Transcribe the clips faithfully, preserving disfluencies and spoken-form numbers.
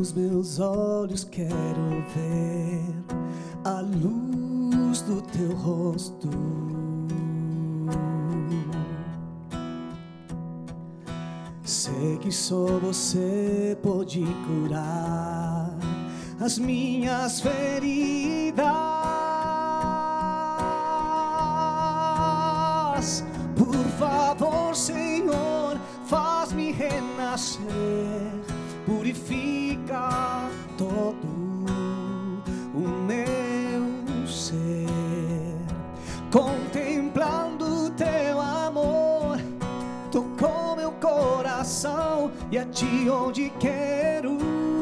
os meus olhos quero ver a luz do teu rosto. Sei que só você pode curar as minhas feridas. Por favor, Senhor, faz-me renascer, purifica todo o meu ser. Contemplando teu amor, tocou meu coração, e a ti onde quero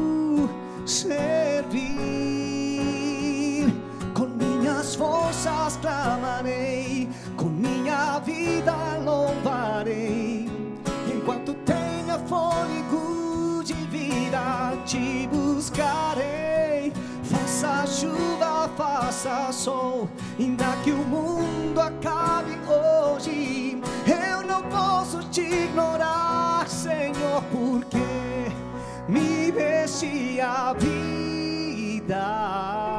servir. Com minhas forças clamarei, com minha vida louvarei. Enquanto tenha fôlego de vida, te buscarei. Faça chuva, faça sol, ainda que o mundo acabe hoje, eu não posso te ignorar, Senhor, porque me deste a vida.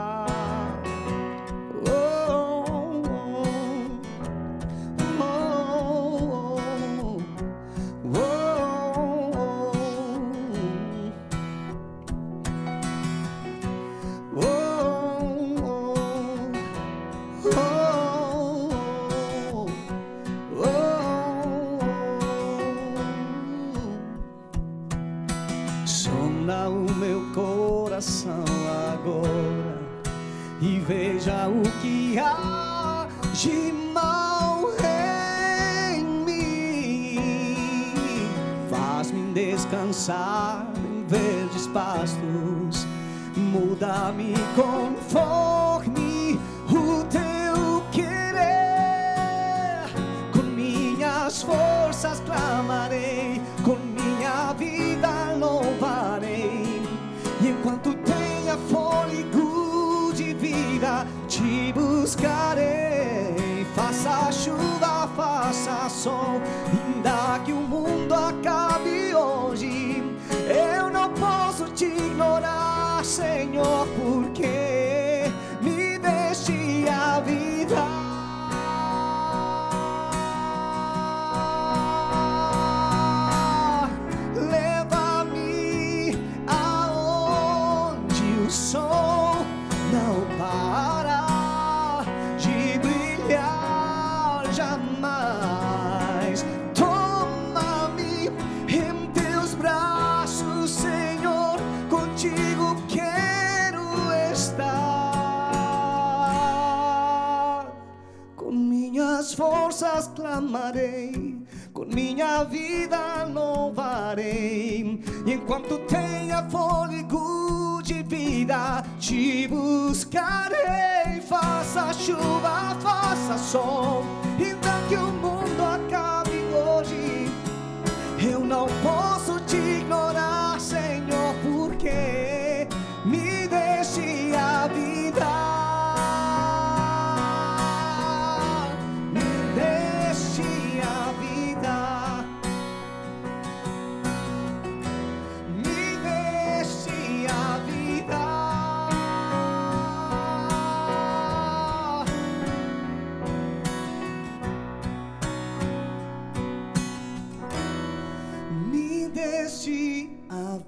Sonda o meu coração agora e veja o que há de mal em mim. Faz-me descansar em verdes pastos, muda-me conforme o teu querer. Com minhas forças clamarei, com minha vida louvarei. E enquanto tenha fôlego de vida, te buscarei. Faça chuva, faça sol, ainda que o mundo acabe hoje, eu não posso te ignorar, Senhor, porque me deste a vida. Forças clamarei, com minha vida louvarei. E enquanto tenha fôlego de vida, te buscarei. Faça chuva, faça sol, ainda que o mundo acabe hoje, eu não posso te ignorar, Senhor, porque me deixe a vida. A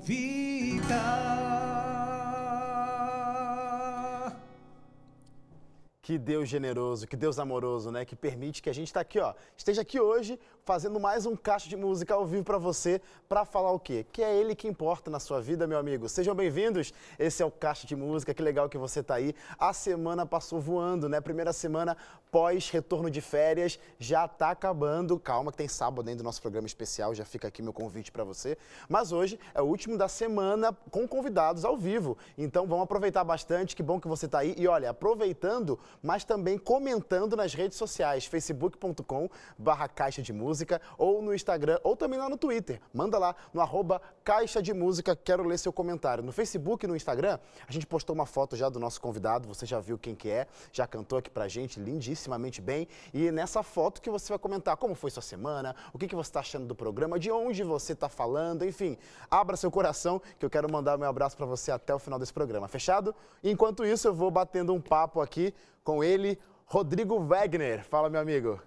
vida. Que Deus generoso, que Deus amoroso, né? Que permite que a gente tá aqui, ó, esteja aqui hoje fazendo mais um Caixa de Música ao vivo para você, para falar o quê? Que é Ele que importa na sua vida, meu amigo. Sejam bem-vindos. Esse é o Caixa de Música. Que legal que você tá aí. A semana passou voando, né? Primeira semana pós retorno de férias, já tá acabando. Calma que tem sábado dentro do nosso programa especial, já fica aqui meu convite para você. Mas hoje é o último da semana com convidados ao vivo. Então vamos aproveitar bastante. Que bom que você tá aí. E olha, aproveitando, mas também comentando nas redes sociais, facebook ponto com barra Caixa de Música, ou no Instagram, ou também lá no Twitter. Manda lá no arroba Caixa de Música, quero ler seu comentário. No Facebook e no Instagram, a gente postou uma foto já do nosso convidado, você já viu quem que é, já cantou aqui pra gente lindissimamente bem. E nessa foto que você vai comentar como foi sua semana, o que, que você está achando do programa, de onde você está falando, enfim. Abra seu coração, que eu quero mandar meu abraço para você até o final desse programa, fechado? Enquanto isso, eu vou batendo um papo aqui com ele, Rodrigo Wegner. Fala, meu amigo.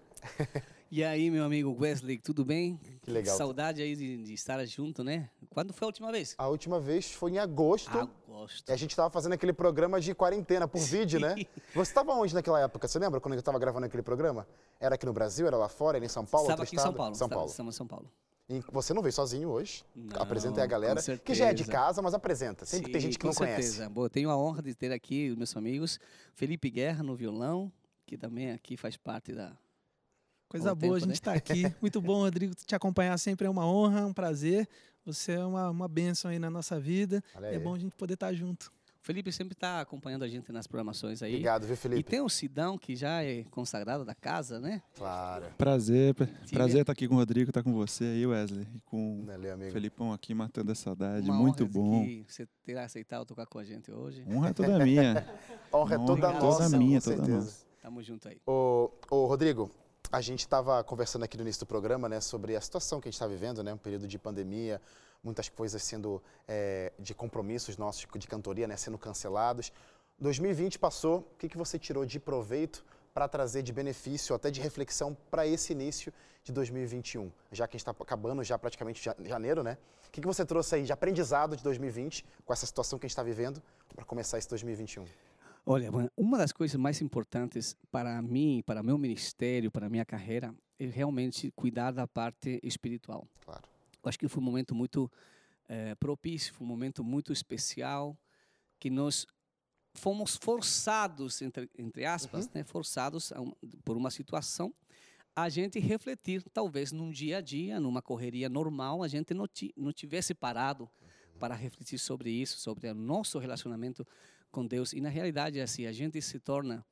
E aí, meu amigo Wesley, tudo bem? Que legal. Saudade aí de, de estar junto, né? Quando foi a última vez? A última vez foi em agosto. Agosto. E a gente estava fazendo aquele programa de quarentena por vídeo, né? Você estava onde naquela época? Você lembra quando eu estava gravando aquele programa? Era aqui no Brasil, era lá fora, era em São Paulo? Estava aqui estado? em São Paulo. São Paulo. Estamos em São Paulo. E você não veio sozinho hoje? Não, apresenta aí a galera, com que já é de certeza. casa, mas apresenta. Sempre Sim, tem gente que com não certeza. conhece. Bom, eu tenho a honra de ter aqui os meus amigos, Felipe Guerra no violão, que também aqui faz parte da... Coisa Bom boa tempo, a gente estar aqui. Muito bom, Rodrigo, te acompanhar sempre é uma honra, um prazer. Você é uma, uma bênção aí na nossa vida. Olha É aí. bom a gente poder estar junto. O Felipe sempre está acompanhando a gente nas programações aí. Obrigado, viu, E Felipe? tem o Sidão, que já é consagrado da casa, né? Claro. Prazer, pra- Tive- prazer estar aqui com o Rodrigo, estar com você aí, Wesley, e com Valeu, o amigo. Felipão aqui matando a saudade. Uma Muito honra bom. que você ter aceitado tocar com a gente hoje. Honra é toda minha. Honra é toda Honra nossa, toda minha, com toda certeza. nossa. Tamo junto aí. Ô, ô, Rodrigo, a gente estava conversando aqui no início do programa, né, sobre a situação que a gente está vivendo, né, um período de pandemia, muitas coisas sendo, é, de compromissos nossos de cantoria, né, sendo cancelados. dois mil e vinte passou, o que, que você tirou de proveito para trazer de benefício, até de reflexão, para esse início de dois mil e vinte e um? Já que a gente está acabando já praticamente ja- janeiro, né? O que, que você trouxe aí de aprendizado de dois mil e vinte, com essa situação que a gente está vivendo, para começar esse dois mil e vinte e um? Olha, mano, uma das coisas mais importantes para mim, para meu ministério, para minha carreira, é realmente cuidar da parte espiritual. Claro. Eu acho que foi um momento muito eh, propício, foi um momento muito especial, que nós fomos forçados, entre, entre aspas, né, forçados a um- por uma situação, a gente refletir, talvez num dia a dia, numa correria normal, a gente não, ti, não tivesse parado para refletir sobre isso, sobre o nosso relacionamento com Deus. E na realidade é assim, a gente se torna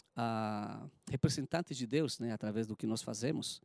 ah, representante de Deus, né, através do que nós fazemos.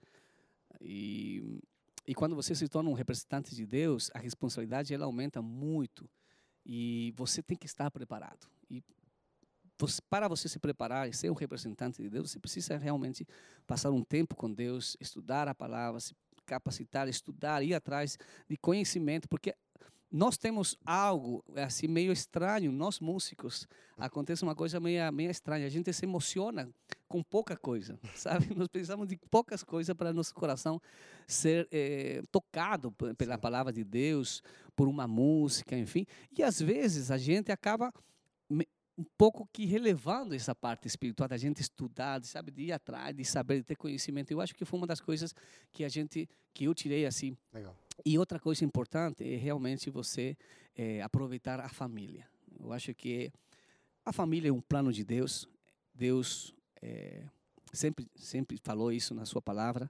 E, e quando você se torna um representante de Deus, a responsabilidade ela aumenta muito. E você tem que estar preparado. E você, para você se preparar e ser um representante de Deus, você precisa realmente passar um tempo com Deus, estudar a palavra, se capacitar, estudar, ir atrás de conhecimento, porque nós temos algo assim meio estranho, nós músicos, acontece uma coisa meio, meio estranha, a gente se emociona com pouca coisa, sabe? Nós precisamos de poucas coisas para nosso coração ser eh, tocado p- pela palavra de Deus, por uma música, enfim. E às vezes a gente acaba me- um pouco que relevando essa parte espiritual da gente estudar, de, sabe, de ir atrás, de saber, de ter conhecimento. Eu acho que foi uma das coisas que a gente, que eu tirei assim. Legal. E outra coisa importante é realmente você eh, aproveitar a família. Eu acho que a família é um plano de Deus. Deus eh, sempre sempre falou isso na sua palavra.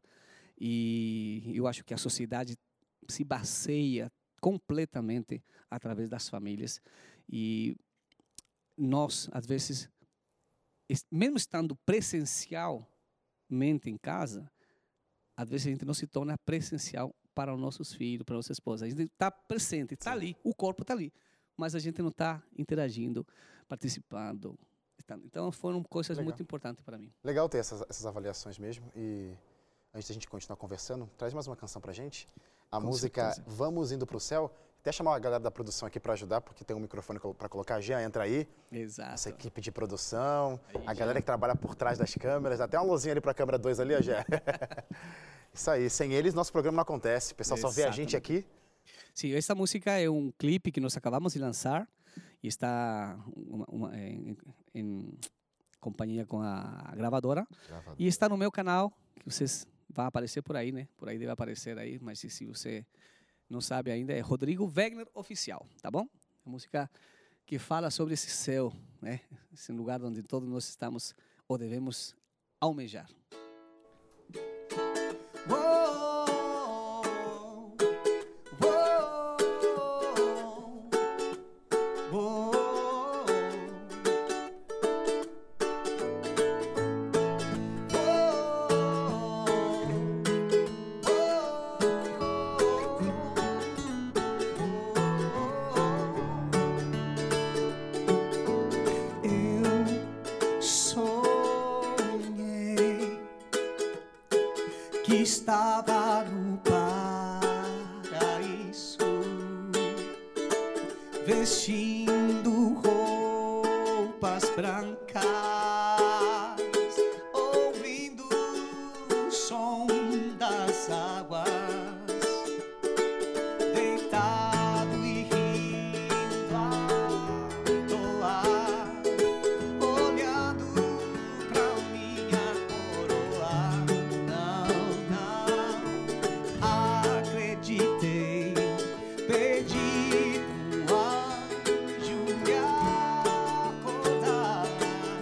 E eu acho que a sociedade se baseia completamente através das famílias. E nós, às vezes, es- mesmo estando presencialmente em casa, às vezes a gente não se torna presencial para os nossos filhos, para a nossa esposa. A gente está presente, está ali, o corpo está ali, mas a gente não está interagindo, participando. está- Então foram coisas Legal. muito importantes para mim. Legal ter essas, essas avaliações mesmo. E antes da gente continuar conversando, traz mais uma canção pra gente. A Com música certeza. Vamos Indo Pro Céu. Até chamar a galera da produção aqui para ajudar, porque tem um microfone para colocar. Jean, entra aí. Essa Exato. equipe de produção, Aí, a galera que trabalha por trás das câmeras. Até uma luzinha ali para a câmera dois ali, ó, Jean. Isso aí. Sem eles, nosso programa não acontece. O pessoal só vê a gente aqui. Sim, essa música é um clipe que nós acabamos de lançar e está uma, uma, em, em companhia com a gravadora. E está no meu canal, que vocês vão aparecer por aí, né? Por aí deve aparecer aí, mas se, se você não sabe ainda, é Rodrigo Wegner Oficial, tá bom? É música que fala sobre esse céu, né? Esse lugar onde todos nós estamos ou devemos almejar. que estava no paraíso, vestindo roupas brancas, ouvindo o som das águas, deitado e rindo à toa, olhando pra minha coroa. Não, não acreditei, pedi pro anjo me acordar,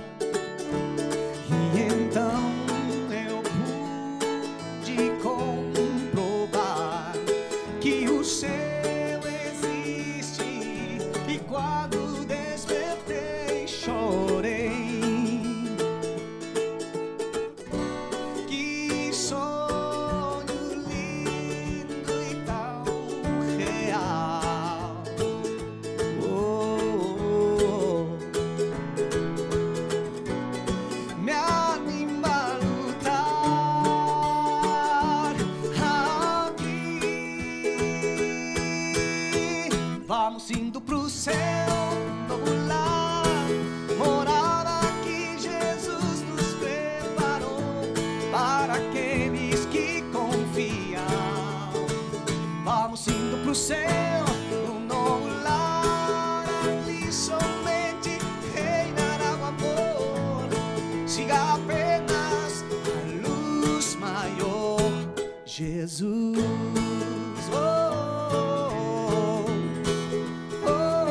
e então eu pude comprovar que o céu existe, e quando despertei chorei. Que sonho lindo e tão real. Oh, oh, oh. Me anima a lutar aqui. Vamos indo pro céu, novo lar, morada que Jesus nos preparou para aqueles que confiam. Vamos indo pro céu, um novo lar, ali somente reinará o amor. Siga apenas a luz maior, Jesus. Oh, oh,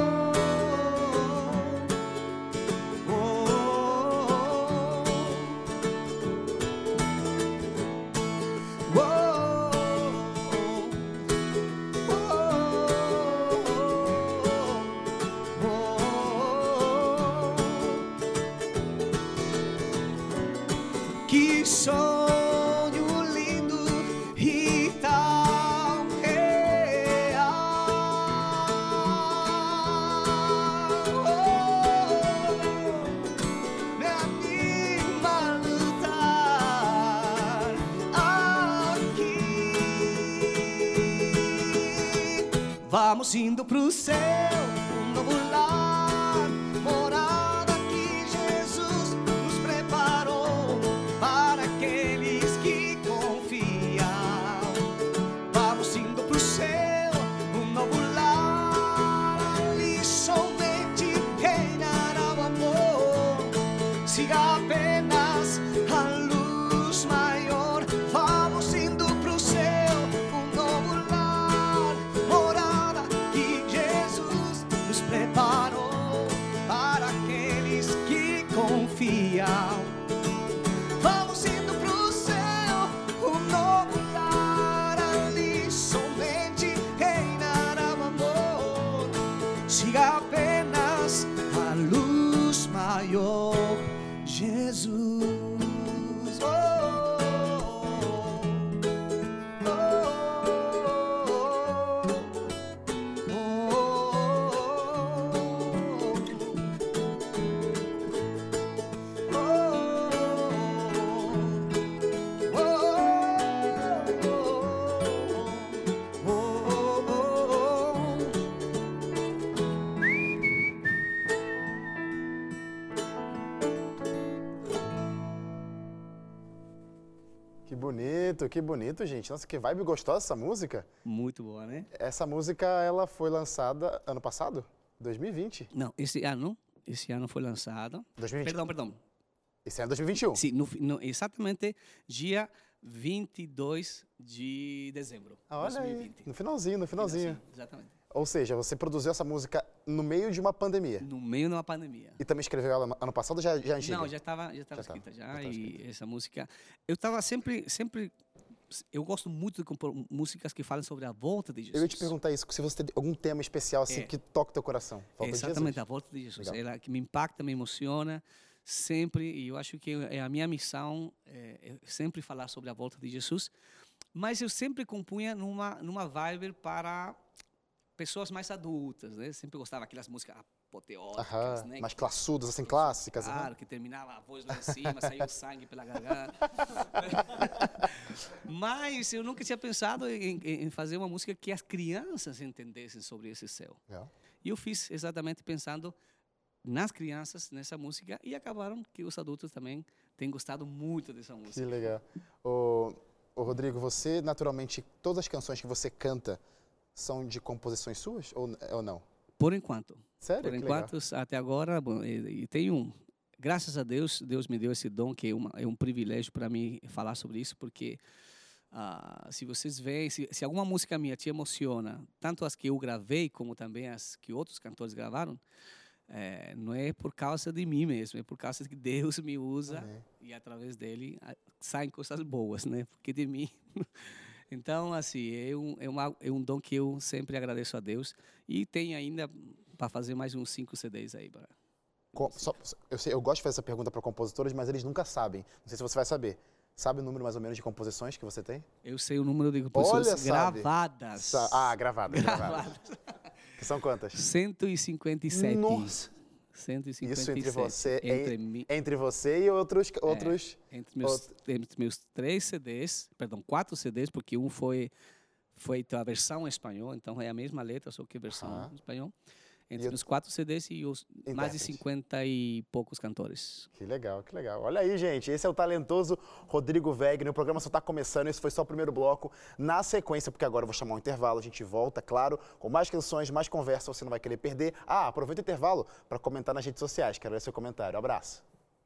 oh, oh, oh, que sonho lindo e tão real. Oh, me anima a lutar aqui. Vamos indo pro céu, um novo lar, morada que Jesus nos preparou para aqueles que confiam. Vamos indo pro céu, um novo lar, ali somente reinará o amor. Siga apenas a luz maior. Vamos indo pro céu, um novo lar, morada que Jesus nos preparou para aqueles que confiam. Vamos indo pro céu, um novo lar, ali somente reinará o amor. Siga apenas a luz maior, Jesus. Oh, oh, oh, Que bonito, que bonito, gente. Nossa, que vibe gostosa essa música. muito boa, né? Essa música, ela foi lançada ano passado? dois mil e vinte? Não, esse ano, esse ano foi lançado. dois mil e vinte. Perdão, perdão. Esse ano é dois mil e vinte e um. Sim, no, no, exatamente dia vinte e dois de dezembro de Ah, olha dois mil e aí, vinte. no finalzinho, no finalzinho. Sim, exatamente. Ou seja, você produziu essa música no meio de uma pandemia. No meio de uma pandemia. E também escreveu ela ano passado ou já, já é antiga? Não, já estava já estava Já tava, escrita já, já tava e escrita. essa música eu estava sempre sempre eu gosto muito de compor músicas que falam sobre a volta de Jesus. Eu ia te perguntar isso, se você tem algum tema especial assim É. que toca o teu coração. Volta de Exatamente, Jesus. a volta de Jesus. Legal. Ela que me impacta, me emociona sempre, e eu acho que é a minha missão é, é sempre falar sobre a volta de Jesus. Mas eu sempre compunha numa numa vibe para pessoas mais adultas, né? Sempre gostava daquelas músicas apoteóticas, Aham, né? mais que, classudas, assim, clássicas. Claro, aham. que terminava a voz lá em cima, saía o sangue pela garganta. Mas eu nunca tinha pensado em, em fazer uma música que as crianças entendessem sobre esse céu. É. E eu fiz exatamente pensando nas crianças, nessa música, e acabaram que os adultos também têm gostado muito dessa música. Que legal. Ô, ô, Rodrigo, você, naturalmente, todas as canções que você canta são de composições suas ou, ou não? Por enquanto. Sério? Por Que enquanto, legal. até agora, bom, e, e tem um... Graças a Deus, Deus me deu esse dom, que é, uma, é um privilégio para mim falar sobre isso, porque ah, se vocês veem, se, se alguma música minha te emociona, tanto as que eu gravei, como também as que outros cantores gravaram, é, não é por causa de mim mesmo, é por causa que Deus me usa Uhum. e através dele a, saem coisas boas, né? Porque de mim... Então, assim, é um, é, uma, é um dom que eu sempre agradeço a Deus. E tem ainda para fazer mais uns cinco C Ds aí. Pra... Com, só, eu, sei, eu gosto de fazer essa pergunta para compositores, mas eles nunca sabem. Não sei se você vai saber. Sabe o número mais ou menos de composições que você tem? Eu sei o número de composições Olha, sabe. gravadas. Sa ah, gravadas. gravadas. Gravadas. Que são quantas? cento e cinquenta e sete. Nossa! cento e cinquenta e sete. Isso entre você, entre, e, mi... entre você e outros... é, outros entre, meus, outro... entre meus três C Ds, perdão, quatro C Ds, porque um foi feito a versão em espanhol, então é a mesma letra, só que versão Ah. em espanhol. E Entre eu- os quatro C Ds e os mais de Intérprete. cinquenta e poucos cantores. Que legal, que legal. Olha aí, gente, esse é o talentoso Rodrigo Wegner. O programa só está começando, esse foi só o primeiro bloco. Na sequência, porque agora eu vou chamar um intervalo, a gente volta, claro, com mais canções, mais conversa, você não vai querer perder. Ah, aproveita o intervalo para comentar nas redes sociais, quero ver seu comentário. Abraço.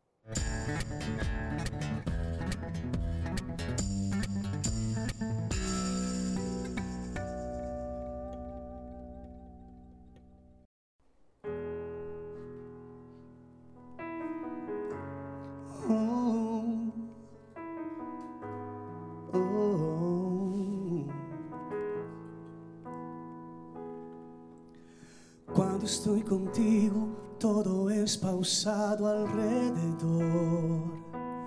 Oh, oh. Quando estou contigo, todo es pausado alrededor.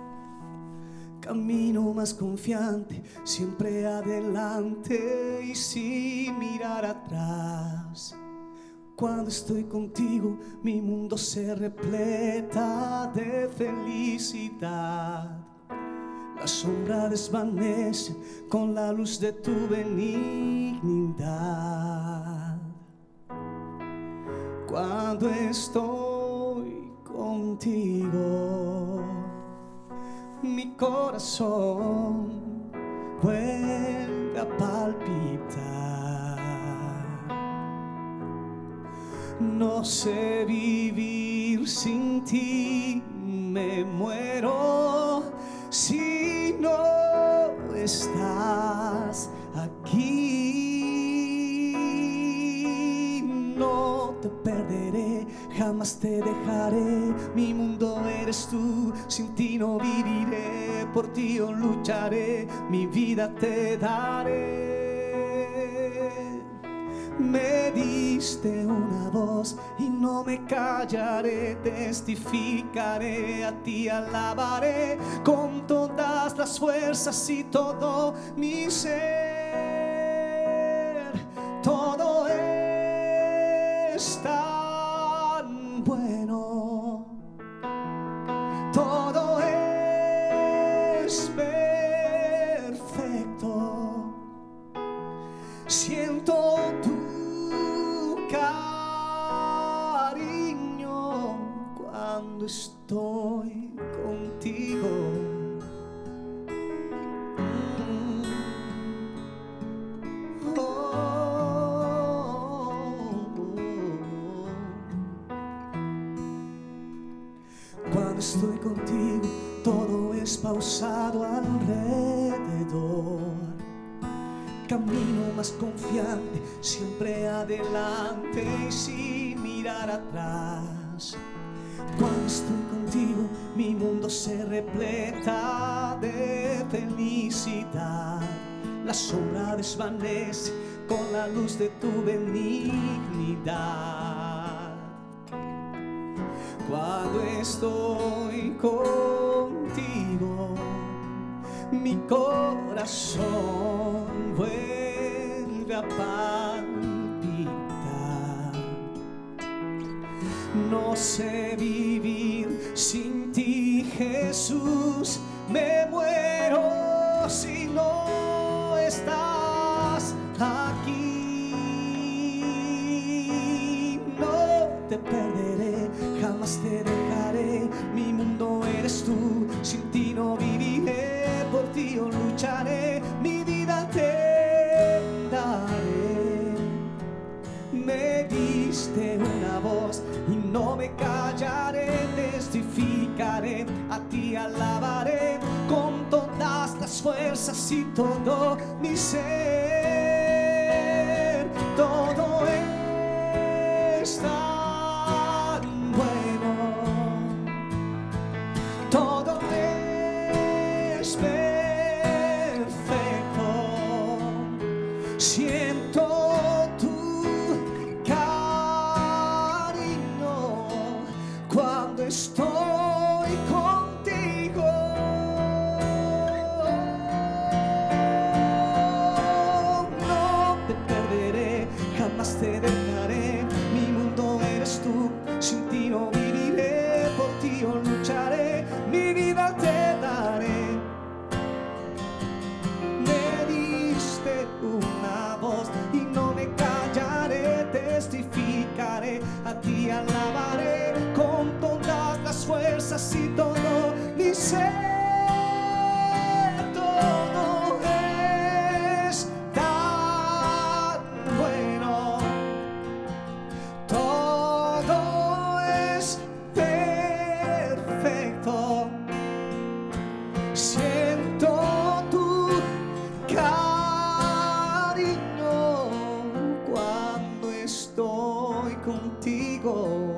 Camino más confiante, siempre adelante y sin mirar atrás. Cuando estoy contigo, mi mundo se repleta de felicidad. La sombra desvanece con la luz de tu benignidad. Cuando estoy contigo, mi corazón vuelve a palpitar. No sé vivir sin ti, me muero si no estás aquí. No te perderé, jamás te dejaré, mi mundo eres tú, sin ti no viviré, por ti yo lucharé, mi vida te daré. Me diste una voz y no me callaré, testificaré, a ti alabaré con todas las fuerzas y todo mi ser. Todo es tan bueno, todo es perfecto. Siento tu cariño cuando estoy contigo. Mm. Oh. Cuando estoy contigo, todo es pausado alrededor. Camino más confiante, siempre adelante y sin mirar atrás. Cuando estoy contigo, mi mundo se repleta de felicidad. La sombra desvanece con la luz de tu benignidad. Cuando estoy contigo, mi corazón vuelve a palpitar. sé vivir sin ti, Jesús. Me muero si no estás aquí. No te perderé, jamás te dejaré. Mi mundo eres tú, sin ti no viviré. Por ti yo lucharé, mi vida te daré. Me diste una voz y no me callaré, testificaré, a ti alabaré con todas las fuerzas y todo mi ser. Todo es tan bueno, todo es perfecto. Siento estoy contigo. No te perderé, jamás te dejaré. Mi mundo eres tú, sin ti no viviré. Por ti yo lucharé, mi vida te daré. Me diste una voz y no me callaré, testificaré, a ti alabaré con todas las fuerzas y todo mi ser. Todo es tan bueno, todo es perfecto. Siento tu cariño cuando estoy contigo.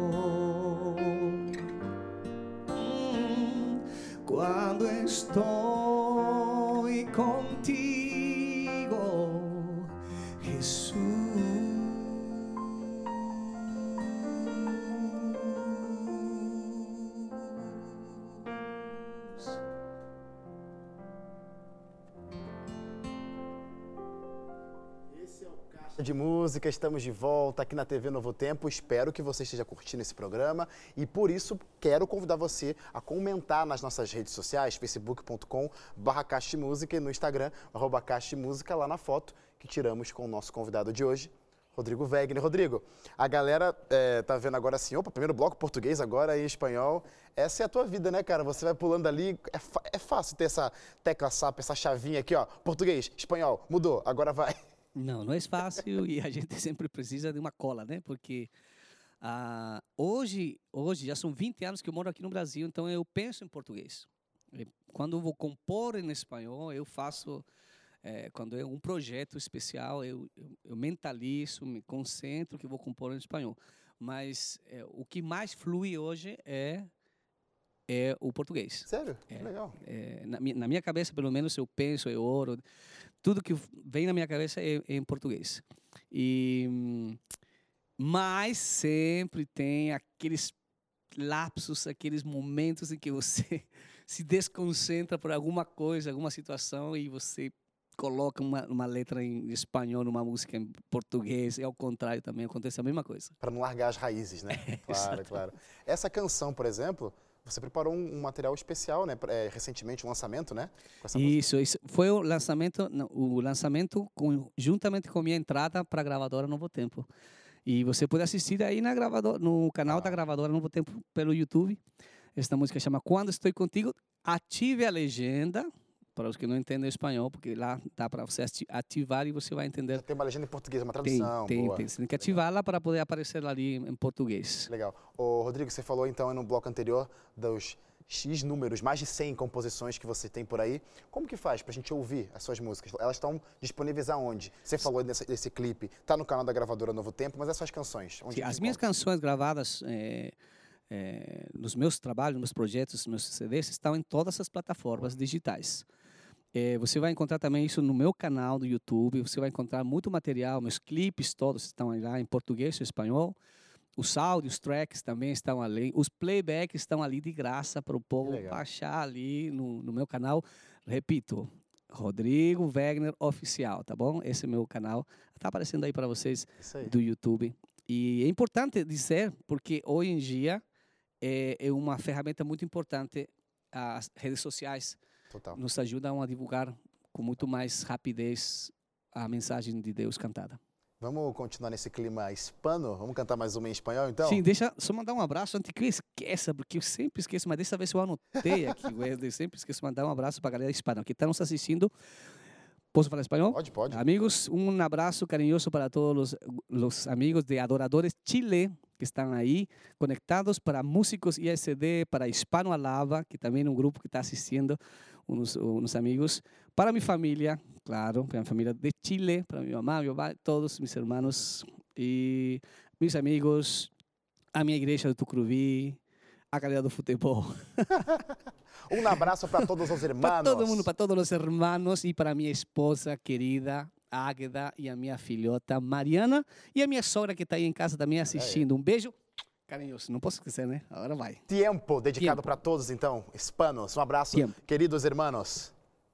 Cuando estoy contigo, Jesús. Esse é o Caixa de Música, estamos de volta aqui na T V Novo Tempo. Espero que você esteja curtindo esse programa e por isso quero convidar você a comentar nas nossas redes sociais, facebook ponto com barra Caixa de Música e no Instagram, arroba Caixa de Música, lá na foto que tiramos com o nosso convidado de hoje, Rodrigo Wegner. Rodrigo, a galera é, tá vendo agora assim, opa, primeiro bloco português, agora em espanhol. Essa é a tua vida, né, cara? Você vai pulando ali, é, é fácil ter essa tecla S A P, essa chavinha aqui, ó, português, espanhol, mudou, agora vai. Não, não é fácil e a gente sempre precisa de uma cola, né? Porque ah, hoje, hoje já são vinte anos que eu moro aqui no Brasil, então eu penso em português. E quando eu vou compor em espanhol, eu faço, é, quando é um projeto especial, eu, eu, eu mentalizo, me concentro que vou compor em espanhol. Mas é, o que mais flui hoje é é o português. Sério? É, que legal. É, na, minha, na minha cabeça, pelo menos, eu penso, eu oro, tudo que vem na minha cabeça é, é em português. E, mas sempre tem aqueles lapsos, aqueles momentos em que você se desconcentra por alguma coisa, alguma situação e você coloca uma, uma letra em espanhol numa música em português, e ao contrário também acontece a mesma coisa. Para não largar as raízes, né? É, claro, claro. Essa canção, por exemplo, você preparou um, um material especial, né? É, recentemente, um lançamento, né? Com essa isso, isso, foi o lançamento, o lançamento com, juntamente com a minha entrada para a gravadora Novo Tempo. E você pode assistir aí na gravadora, no canal ah. da gravadora Novo Tempo pelo YouTube. Esta música chama Quando Estou Contigo. Ative a legenda, para os que não entendem espanhol, porque lá dá para você ativar e você vai entender. Já tem uma legenda em português, uma tradução. Tem, tem, boa. tem. Você tem que ativá-la para poder aparecer ali em português. Legal. Ô, Rodrigo, você falou então no bloco anterior dos X números, mais de cem composições que você tem por aí. Como que faz para a gente ouvir as suas músicas? Elas estão disponíveis aonde? Você falou desse, desse clipe, está no canal da gravadora Novo Tempo, mas as suas canções? Onde Sim, as minhas canções gravadas é, é, nos meus trabalhos, nos meus projetos, nos meus C Ds, estão em todas as plataformas digitais. É, você vai encontrar também isso no meu canal do YouTube, você vai encontrar muito material, meus clipes todos estão lá em português e espanhol, os áudios, os tracks também estão ali, os playbacks estão ali de graça para o povo baixar ali no, no meu canal. Repito, Rodrigo Wegner Oficial, tá bom? Esse é meu canal, está aparecendo aí para vocês do YouTube. E é importante dizer, porque hoje em dia é, é uma ferramenta muito importante. As redes sociais Total. nos ajudam a divulgar com muito mais rapidez a mensagem de Deus cantada. Vamos continuar nesse clima hispano? Vamos cantar mais uma em espanhol, então? Sim, deixa só mandar um abraço antes que eu esqueça, porque eu sempre esqueço, mas dessa vez eu anotei aqui, Wesley, sempre esqueço de mandar um abraço para a galera hispana que está nos assistindo. Posso falar espanhol? Pode, pode. Amigos, um abraço carinhoso para todos os, os amigos de Adoradores Chile que estão aí conectados, para Músicos I S D, para Hispano Alava, que também é um grupo que está assistindo, uns, uns amigos, para minha família, claro, para minha família de Chile, para minha mamá, meu pai, todos meus irmãos e meus amigos, a minha igreja do Tucuruvi, a galera do futebol. Um abraço para todos os irmãos. Para todo mundo, para todos os irmãos e para minha esposa querida, Águeda, e a minha filhota Mariana e a minha sogra que está aí em casa também assistindo. Um beijo carinhoso, não posso esquecer, né? Agora vai. Tempo dedicado Tiempo. para todos, então, hispanos. Um abraço, Tiempo. queridos irmãos.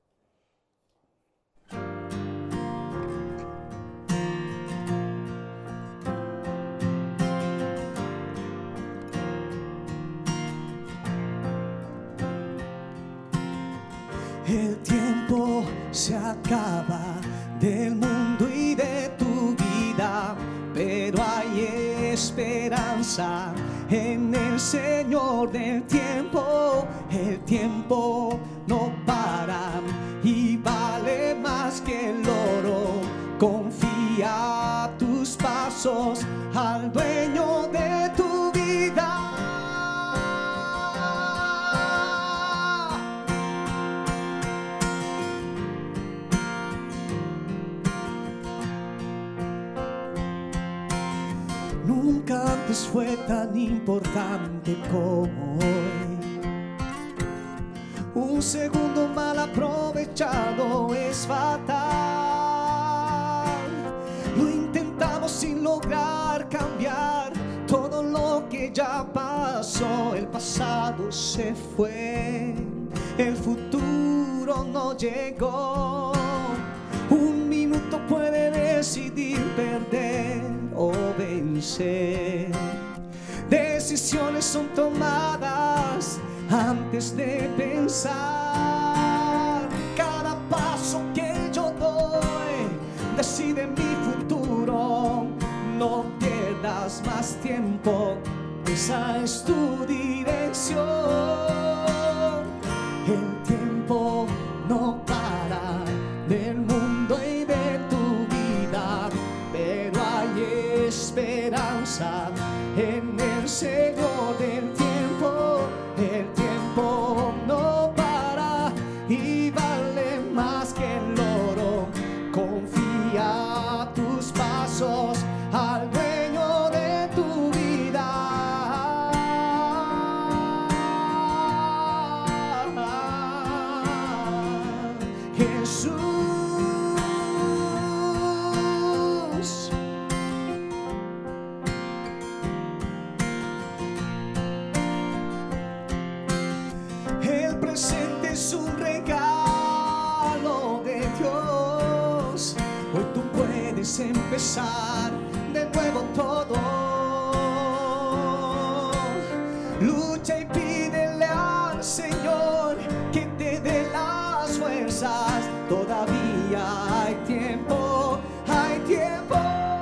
El tiempo se acaba del mundo y de tu vida, pero hay esperanza en el Señor del tiempo. El tiempo no para y vale más que el oro. Confía tus pasos al dueño de tu vida. Nunca antes fue tan importante como hoy. Un segundo mal aprovechado es fatal. Lo intentamos sin lograr cambiar todo lo que ya pasó. El pasado se fue, el futuro no llegó. Un minuto puede decidir perder o vencer. Decisiones son tomadas antes de pensar. Cada paso que yo doy decide mi futuro. No pierdas más tiempo, esa es tu dirección. El tiempo no para del mundo y de tu vida, pero hay esperanza en el Señor del tiempo. El tiempo no para y vale más que el oro. Confía tus pasos al dueño de tu vida. Jesús. El presente es un regalo de Dios. Hoy tú puedes empezar de nuevo todo. Lucha y pídele al Señor que te dé las fuerzas. Todavía hay tiempo, hay tiempo.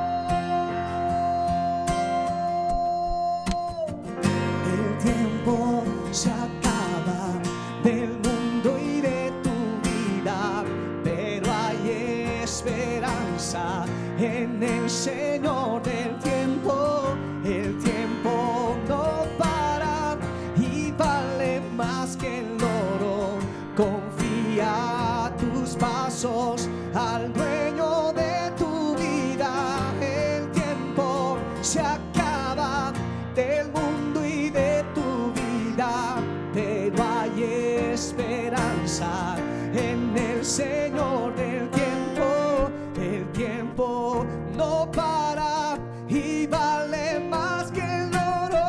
El tiempo se acaba del mundo y de tu vida, pero hay esperanza en el Señor del tiempo. El tiempo no para y vale más que el oro. Confía tus pasos al dueño de tu vida. El tiempo se acaba del mundo y de tu vida, pero hay esperanza en el Señor del tiempo. El tiempo no para y vale más que el oro.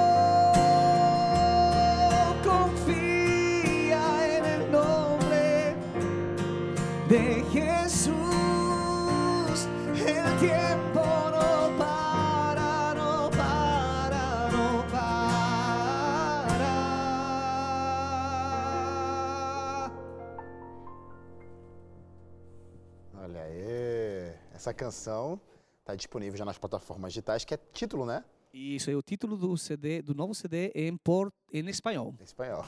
Confía en el nombre de Jesús. El tiempo no para, no para, no para. El tiempo no para y vale más que el oro. Confía tus pasos al dueño de tu vida. El tiempo se acaba del mundo y de tu vida, pero hay esperanza en el Señor del tiempo. El tiempo no para y vale más que el oro. Confía tus pasos al dueño de tu vida. El tiempo no para y vale más que el oro. Olha aí, essa canção está disponível já nas plataformas digitais, que é título, né? Isso é o título do C D, do novo C D em, por, em espanhol. Em espanhol.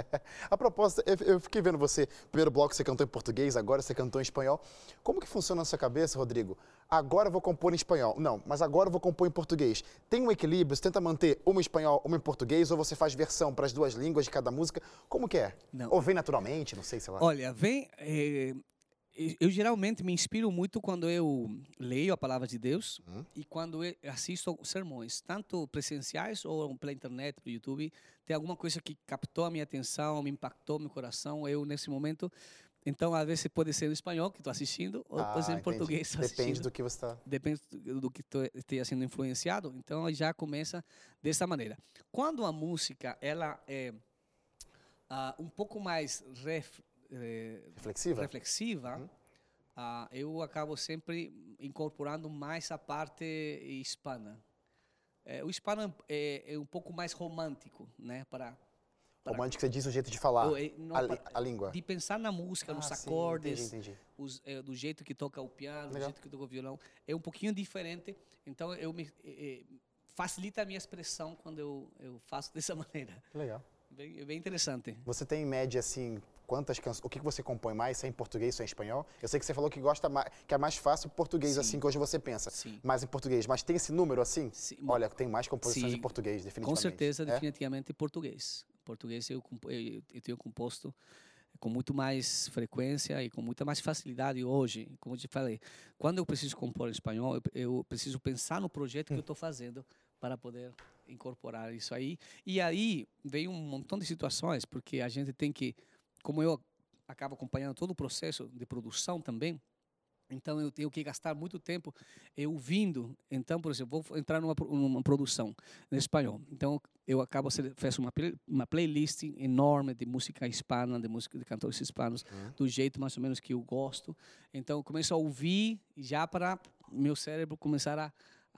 A propósito, eu, eu fiquei vendo você, primeiro bloco você cantou em português, agora você cantou em espanhol. Como que funciona na sua cabeça, Rodrigo? Agora eu vou compor em espanhol. Não, mas agora eu vou compor em português. Tem um equilíbrio? Você tenta manter uma em espanhol, uma em português, ou você faz versão para as duas línguas de cada música? Como que é? Não. Ou vem naturalmente, não sei, sei lá. Olha, vem... É, eu geralmente me inspiro muito quando eu leio a palavra de Deus Uhum. e quando eu assisto sermões, tanto presenciais ou pela internet, pelo YouTube. Tem alguma coisa que captou a minha atenção, me impactou meu coração, eu nesse momento. Então, às vezes pode ser em espanhol que estou assistindo, ou pode ser em entendi. português que estou assistindo. Depende do que você está... Depende do, do que estou esteja sendo influenciado. Então, já começa dessa maneira. Quando a música ela é uh, um pouco mais ref, eh, Reflexiva? reflexiva, Uhum. uh, eu acabo sempre incorporando mais a parte hispana. Eh, o hispano é, é um pouco mais romântico, né? Para, para Romântico, você diz o jeito de falar, ou, é, não, a, li- para- a língua. de pensar na música, Ah, nos sim, acordes, entendi, entendi. os, eh, do jeito que toca o piano, do Legal. jeito que toca o violão, é um pouquinho diferente. Então eu me eh, eh, facilita a minha expressão quando eu eu faço dessa maneira. Legal. Bem, é bem interessante. Você tem em média, assim, quantas canções... O que que você compõe mais, se é em português ou em espanhol? Eu sei que você falou que gosta mais, que é mais fácil o português, Sim. assim, que hoje você pensa. Sim. Mais em português. Mas tem esse número, assim? Sim. Olha, tem mais composições Sim. em português, Com definitivamente. certeza, É? definitivamente português. Português eu, compo- eu, eu tenho composto com muito mais frequência e com muita mais facilidade hoje. Como eu te falei, quando eu preciso compor em espanhol, eu, eu preciso pensar no projeto que eu estou fazendo para poder incorporar isso aí. E aí vem um montão de situações, porque a gente tem que, como eu acabo acompanhando todo o processo de produção também, então eu tenho que gastar muito tempo eu ouvindo. Então, por exemplo, vou entrar numa, pro- numa produção em espanhol. Então eu acabo sele- faço uma, play- uma playlist enorme de música hispana, de música de cantores hispanos, Uhum. do jeito mais ou menos que eu gosto. Então eu começo a ouvir já para meu cérebro começar a,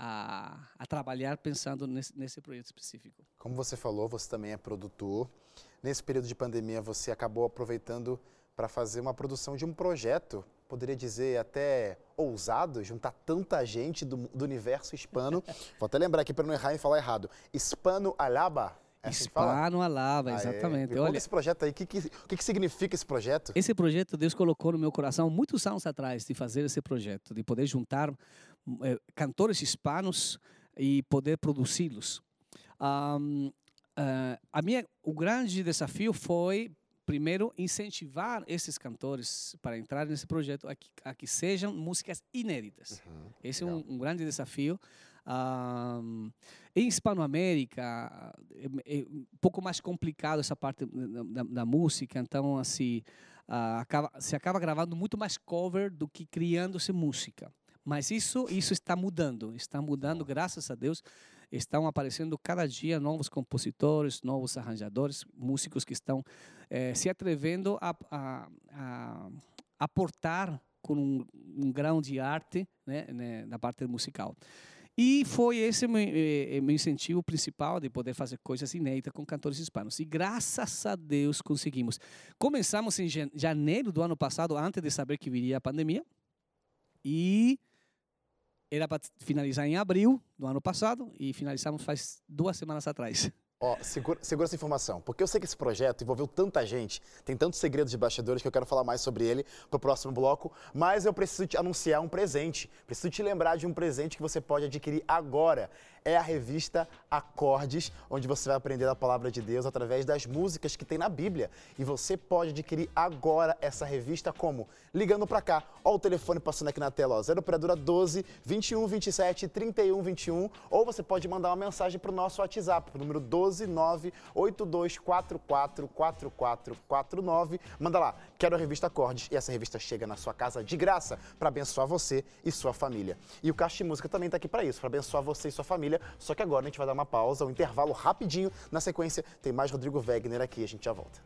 a, a trabalhar pensando nesse, nesse projeto específico. Como você falou, você também é produtor. Nesse período de pandemia, você acabou aproveitando para fazer uma produção de um projeto, poderia dizer até ousado, juntar tanta gente do, do universo hispano. Vou até lembrar aqui para não errar e falar errado. Hispano Alaba? É assim que fala? Hispano Alava, Ah, é. exatamente. Me conta Olha, esse projeto aí, o que, que, o que, que significa esse projeto? esse projeto Deus colocou no meu coração muitos anos atrás de fazer esse projeto, de poder juntar eh, cantores hispanos e poder produzi-los. Ahm, ah, a minha, o grande desafio foi primeiro incentivar esses cantores para entrar nesse projeto a que, a que sejam músicas inéditas. Uhum, Esse é legal. um, um grande desafio. Ahm, em Hispanoamérica é, é um pouco mais complicado essa parte da, da- da música, então assim ah, acaba, se acaba gravando muito mais cover do que criando-se música. Mas isso isso está mudando, está mudando, graças a Deus. Estão aparecendo cada dia novos compositores, novos arranjadores, músicos que estão eh, se atrevendo a, a, a aportar com um, um grão de arte, né, né, na parte musical. E foi esse meu, eh, meu incentivo principal de poder fazer coisas inéditas com cantores hispanos. E graças a Deus conseguimos. Começamos em jan- janeiro do ano passado, antes de saber que viria a pandemia. E era para finalizar em abril do ano passado e finalizamos faz duas semanas atrás. Ó, segura, segura essa informação, porque eu sei que esse projeto envolveu tanta gente, tem tantos segredos de bastidores que eu quero falar mais sobre ele pro próximo bloco, mas eu preciso te anunciar um presente, preciso te lembrar de um presente que você pode adquirir agora. É a revista Acordes, onde você vai aprender a palavra de Deus através das músicas que tem na Bíblia. E você pode adquirir agora essa revista como? Ligando para cá. Ó o telefone passando aqui na tela, ó, zero operadora doze, vinte e um, vinte e sete, trinta e um, vinte e um, ou você pode mandar uma mensagem pro nosso WhatsApp, pro número doze, nove, oito dois quatro quatro, quatro quatro quatro nove. Manda lá, quero a revista Acordes, e essa revista chega na sua casa de graça para abençoar você e sua família. E o Caixa de Música também tá aqui para isso, para abençoar você e sua família. Só que agora a gente vai dar uma pausa, um intervalo rapidinho. Na sequência, tem mais Rodrigo Wegner aqui, a gente já volta.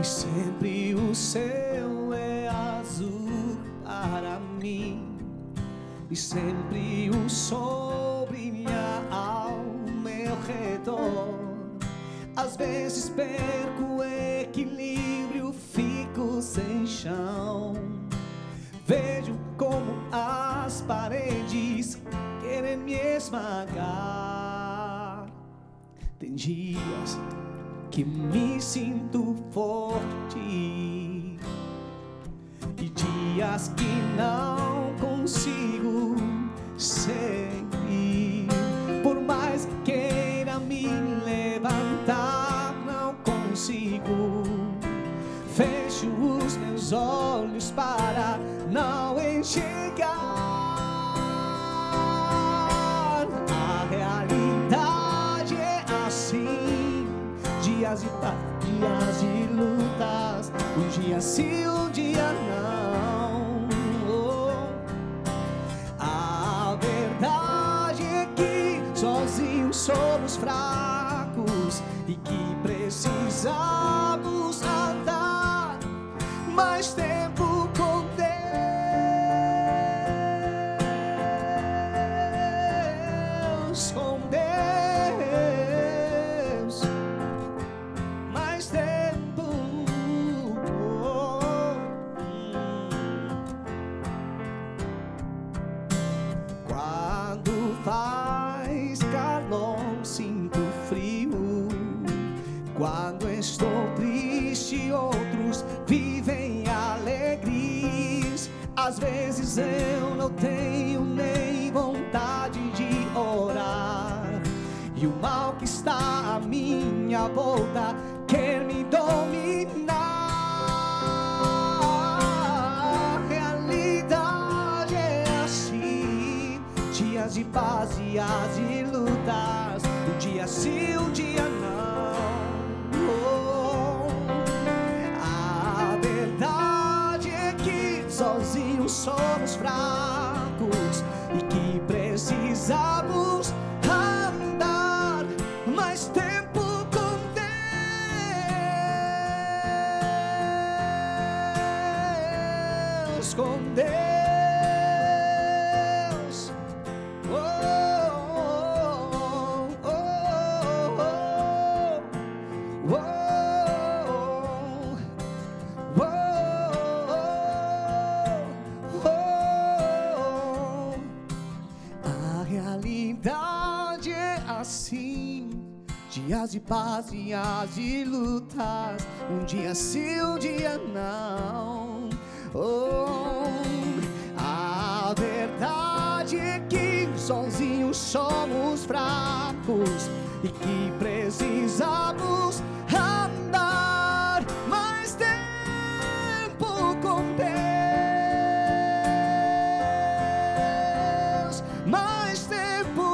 e sempre o céu é azul para mim, e sempre o sol brilha ao meu redor. Às vezes perco o equilíbrio, fico sem chão. Vejo como as paredes querem me esmagar. Tem dias que me sinto forte e dias que não consigo seguir. Por mais que queira me levantar, não consigo. Fecho os meus olhos para não enxergar a realidade. É assim, dias de paz, dias de lutas, um dia sim, um dia não. Oh. A verdade é que sozinhos somos fracos e que precisamos andar mais tempo com Deus, com Deus, mais tempo. Quando faz calor, sinto frio. Quando estou triste, outros vivem alegres. Às vezes eu não tenho nem vontade de orar, e o mal que está à minha volta quer me dominar. A realidade é assim, dias de paz, dias de lutas, um dia sim, um dia não. Sozinhos somos fracos e que precisamos andar mais tempo com Deus, com Deus. Oh, oh, oh, oh, oh, oh, oh. Assim, dias de paz, dias de lutas, um dia sim, um dia não. Oh, a verdade é que sozinhos somos fracos e que precisamos andar mais tempo com Deus, mais tempo.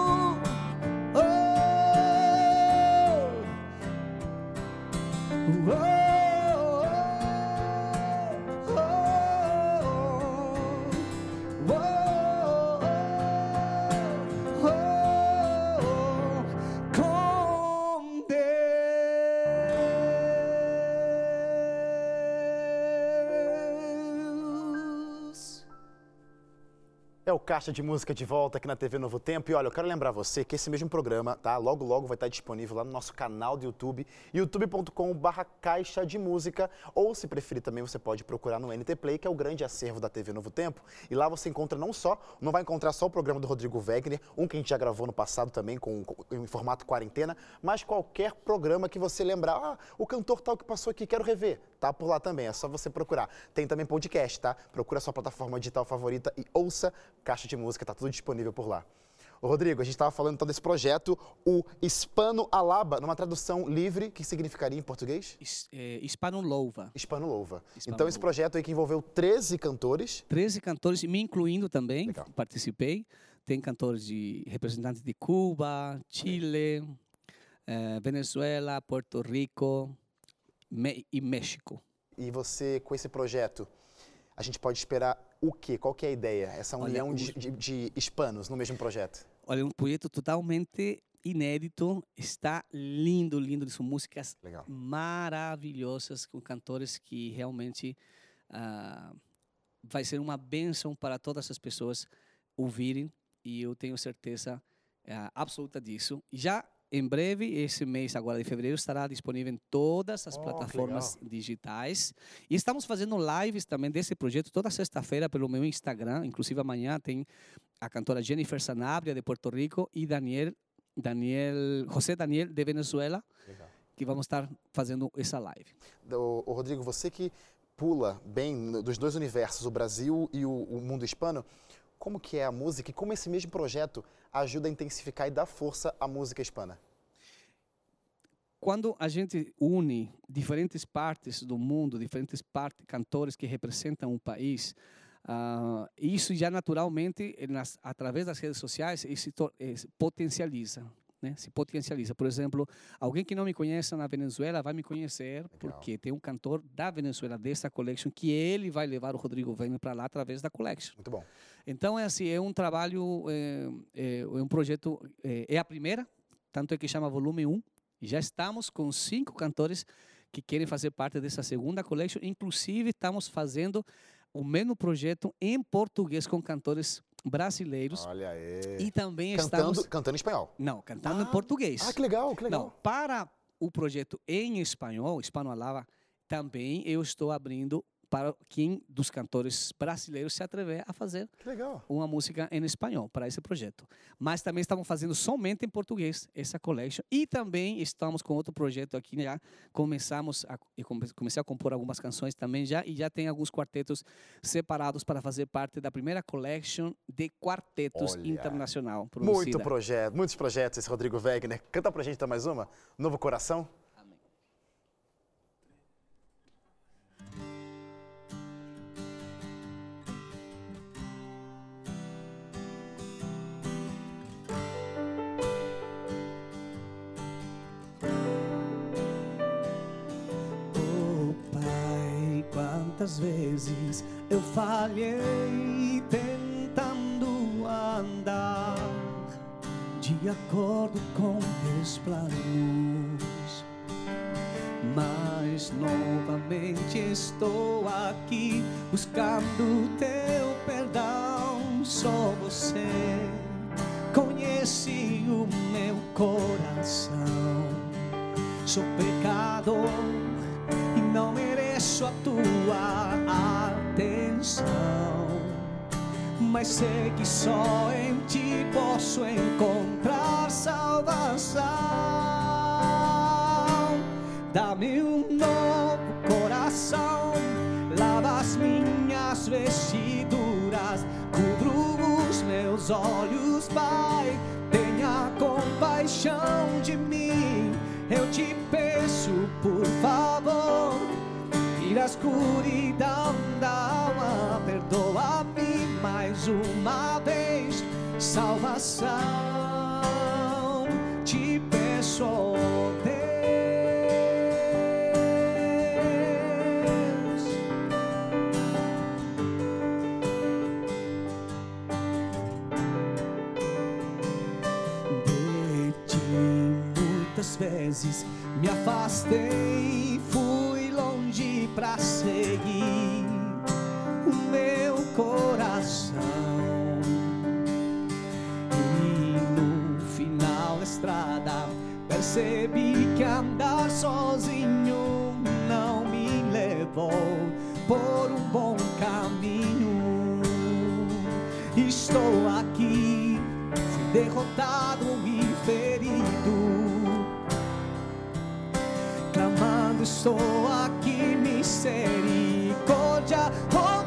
É o Caixa de Música de volta aqui na T V Novo Tempo. E olha, eu quero lembrar você que esse mesmo programa, tá? Logo, logo vai estar disponível lá no nosso canal do YouTube, youtube ponto com barra Caixa de Música. Ou, se preferir também, você pode procurar no N T Play, que é o grande acervo da T V Novo Tempo. E lá você encontra não só, não vai encontrar só o programa do Rodrigo Wegner, um que a gente já gravou no passado também, com, com, em formato quarentena, mas qualquer programa que você lembrar, ah, o cantor tal que passou aqui, quero rever, tá por lá também, é só você procurar. Tem também podcast, tá? Procura a sua plataforma digital favorita e ouça Caixa de Música, tá tudo disponível por lá. Ô, Rodrigo, a gente estava falando então desse projeto, o Hispano Alaba, numa tradução livre, que significaria em português? His, é, Hispano Louva. Hispano Louva. Hispano então esse Louva. Projeto aí que envolveu treze cantores. treze cantores, me incluindo também, Legal. Participei. Tem cantores de representantes de Cuba, Chile, eh, Venezuela, Puerto Rico me, e México. E você, com esse projeto, a gente pode esperar o quê? Qual que é a ideia? Essa união Olha, de, de, de hispanos no mesmo projeto? Olha, é um projeto totalmente inédito, está lindo, lindo. São músicas Legal. maravilhosas com cantores que realmente uh, vai ser uma bênção para todas as pessoas ouvirem, e eu tenho certeza uh, absoluta disso. Já em breve, esse mês agora de fevereiro, estará disponível em todas as Oh, plataformas digitais. E estamos fazendo lives também desse projeto toda sexta-feira pelo meu Instagram. Inclusive amanhã tem a cantora Jennifer Sanabria de Porto Rico e Daniel, Daniel, José Daniel de Venezuela, Legal. que vamos estar fazendo essa live. O, o Rodrigo, você que pula bem no- dos dois universos, o Brasil e o, o mundo hispano, como que é a música e como esse mesmo projeto ajuda a intensificar e dar força à música hispana? Quando a gente une diferentes partes do mundo, diferentes partes, cantores que representam um país, uh, isso já naturalmente, nas, através das redes sociais, isso to, eh, potencializa. Né? Se potencializa. Por exemplo, alguém que não me conhece na Venezuela vai me conhecer porque tem um cantor da Venezuela dessa collection que ele vai levar o Rodrigo Veiga para lá através da collection. Muito bom. Então é assim, é um trabalho, é, é, é um projeto, é, é a primeira, tanto é que chama Volume um. E já estamos com cinco cantores que querem fazer parte dessa segunda collection. Inclusive estamos fazendo o mesmo projeto em português com cantores brasileiros. Olha aí. E também Cantando, estamos... cantando em espanhol. Não, cantando Ah, em português. Ah, que legal, que legal. Não, para o projeto em espanhol, Hispanoalava, também eu estou abrindo para quem dos cantores brasileiros se atrever a fazer Que legal. uma música em espanhol para esse projeto. Mas também estamos fazendo somente em português essa collection, e também estamos com outro projeto aqui, já começamos a, eu come- comecei a compor algumas canções também já, e já tem alguns quartetos separados para fazer parte da primeira collection de quartetos Olha. internacional Muito produzida. projeto, muitos projetos esse Rodrigo Wegner. Canta pra gente então mais uma? Novo Coração? Amém. Oh Pai, quantas vezes eu falhei tentando andar de acordo com teus planos, mas novamente estou aqui buscando teu perdão. Só você conhece o meu coração. Sou pecador e não mereço a tua atenção, mas sei que só em ti posso encontrar salvação. Dá-me um novo coração, lava as minhas vestiduras, cubro os meus olhos, Pai, tenha compaixão de mim. Eu te peço, por favor, tira a escuridão da alma, perdoa-me mais uma vez, salvação, te peço, oh Deus. De ti muitas vezes me afastei, fui longe pra seguir o meu coração, e no final da estrada percebi que andar sozinho não me levou por um bom caminho. Estou aqui, fui derrotado e ferido, clamando, estou aqui, misericórdia, oh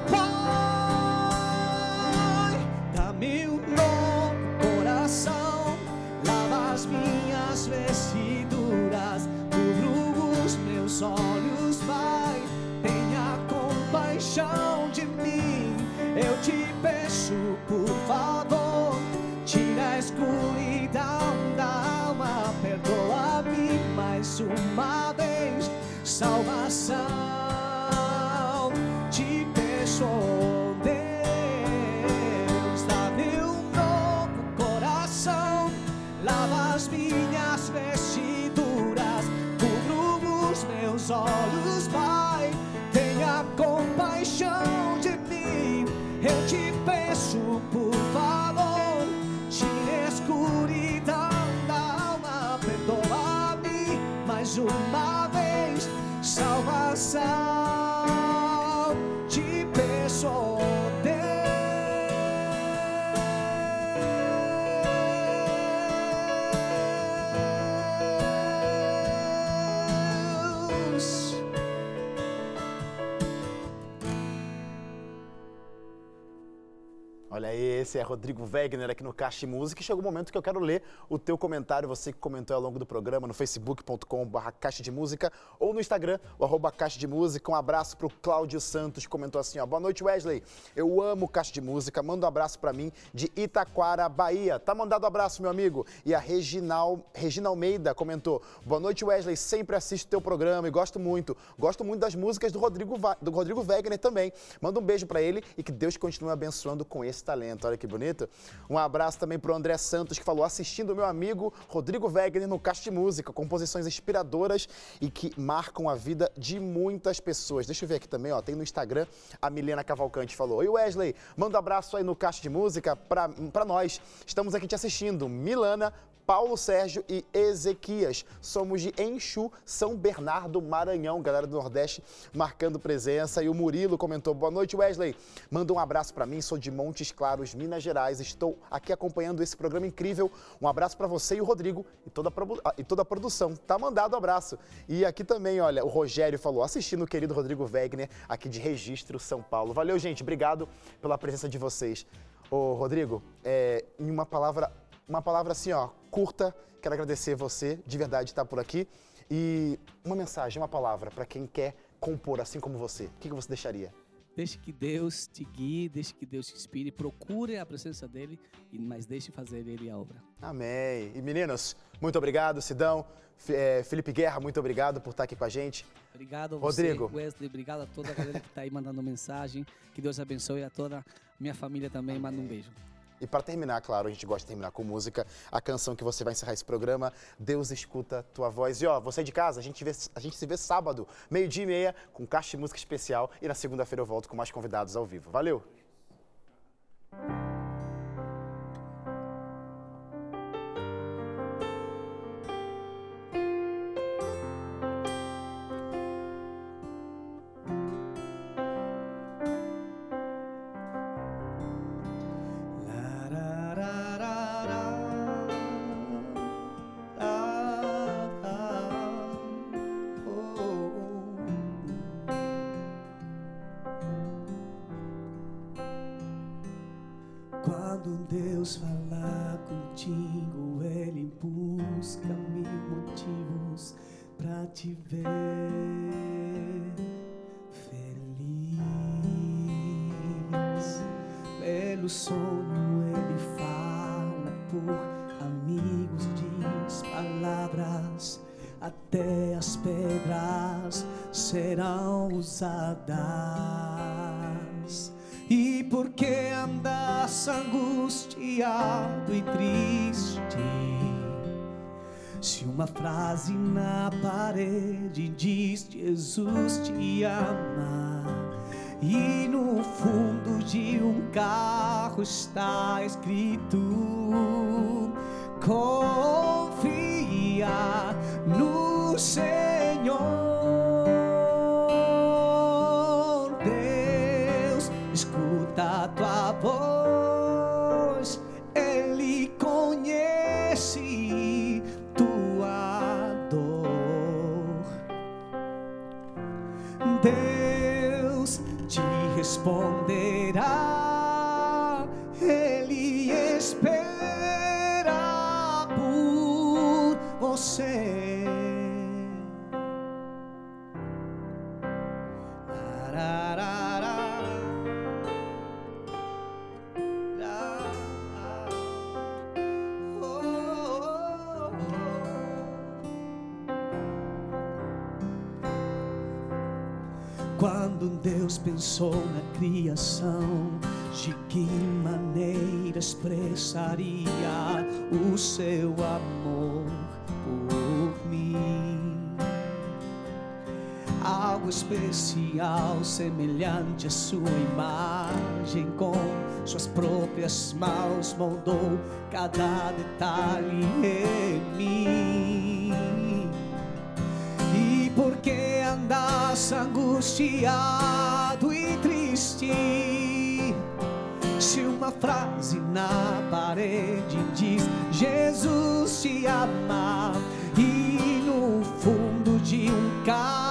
Pai, dá-me um novo coração, lava as minhas vestiduras, cubro os meus olhos, Pai, tenha compaixão de mim. Eu te peço, por favor, tira a escuridão da alma, perdoa-me mais uma vez, salvação, te peço, oh Deus, dá-me um novo coração, lava as minhas meus olhos, Pai, tenha compaixão de mim. Eu te peço, por favor, tire a escuridão da alma, perdoa-me mais uma vez, salvação te peço, Deus. Olha aí, esse é Rodrigo Wegner aqui no Caixa de Música. E chegou o momento que eu quero ler o teu comentário, você que comentou ao longo do programa no facebook ponto com barra Caixa de Música ou no Instagram, o arroba Caixa de Música. Um abraço pro Cláudio Santos, que comentou assim, ó: boa noite, Wesley, eu amo Caixa de Música, manda um abraço pra mim de Itaquara, Bahia. Tá mandado um abraço, meu amigo. E a Reginal, Regina Almeida comentou: boa noite, Wesley, sempre assisto teu programa e gosto muito. Gosto muito das músicas do Rodrigo, do Rodrigo Wegner também. Manda um beijo pra ele e que Deus continue abençoando com esse talento. Olha que bonito. Um abraço também pro André Santos, que falou: assistindo o meu amigo Rodrigo Wegner no Caixa de Música, composições inspiradoras e que marcam a vida de muitas pessoas. Deixa eu ver aqui também, ó, tem no Instagram a Milena Cavalcante, falou: oi, Wesley, manda um abraço aí no Caixa de Música pra, pra nós. Estamos aqui te assistindo. Milana, Paulo Sérgio e Ezequias. Somos de Enxu, São Bernardo, Maranhão. Galera do Nordeste marcando presença. E o Murilo comentou: boa noite, Wesley. Manda um abraço pra mim, sou de Montes Claros, Minas Gerais. Estou aqui acompanhando esse programa incrível. Um abraço pra você e o Rodrigo e toda a, e toda a produção. Tá mandado um abraço. E aqui também, olha, o Rogério falou: assistindo o querido Rodrigo Wegner, aqui de Registro, São Paulo. Valeu, gente. Obrigado pela presença de vocês. Ô, Rodrigo, é, em uma palavra... Uma palavra assim, ó, curta, quero agradecer você, de verdade, estar por aqui. E uma mensagem, uma palavra para quem quer compor assim como você. O que você deixaria? Deixe que Deus te guie, deixe que Deus te inspire, procure a presença dele, mas deixe fazer ele a obra. Amém. E meninos, muito obrigado, Sidão, é, Felipe Guerra, muito obrigado por estar aqui com a gente. Obrigado a você, Rodrigo. Wesley, obrigado a toda a galera que está aí mandando mensagem. Que Deus abençoe, a toda a minha família também. Amém. Manda um beijo. E para terminar, claro, a gente gosta de terminar com música, a canção que você vai encerrar esse programa, Deus Escuta Tua Voz. E ó, você de casa, a gente, vê, a gente se vê sábado, meio-dia e meia, com Caixa de Música especial. E na segunda-feira eu volto com mais convidados ao vivo. Valeu! Quando Deus falar contigo, Ele busca mil motivos pra te ver feliz. Pelo sonho Ele fala, por amigos diz palavras, até as pedras serão usadas. E por que andas angustiado e triste? Se uma frase na parede diz Jesus te ama, e no fundo de um carro está escrito: confia no Senhor. Escuta a tua voz, Ele conhece tua dor. Deus te responderá, Ele espera por você. Quando Deus pensou na criação, de que maneira expressaria o seu amor por mim? algo especial, semelhante à sua imagem. Com suas próprias mãos moldou cada detalhe em mim. E por que andas angustiado e triste, se uma frase na parede diz Jesus te ama, e no fundo de um carro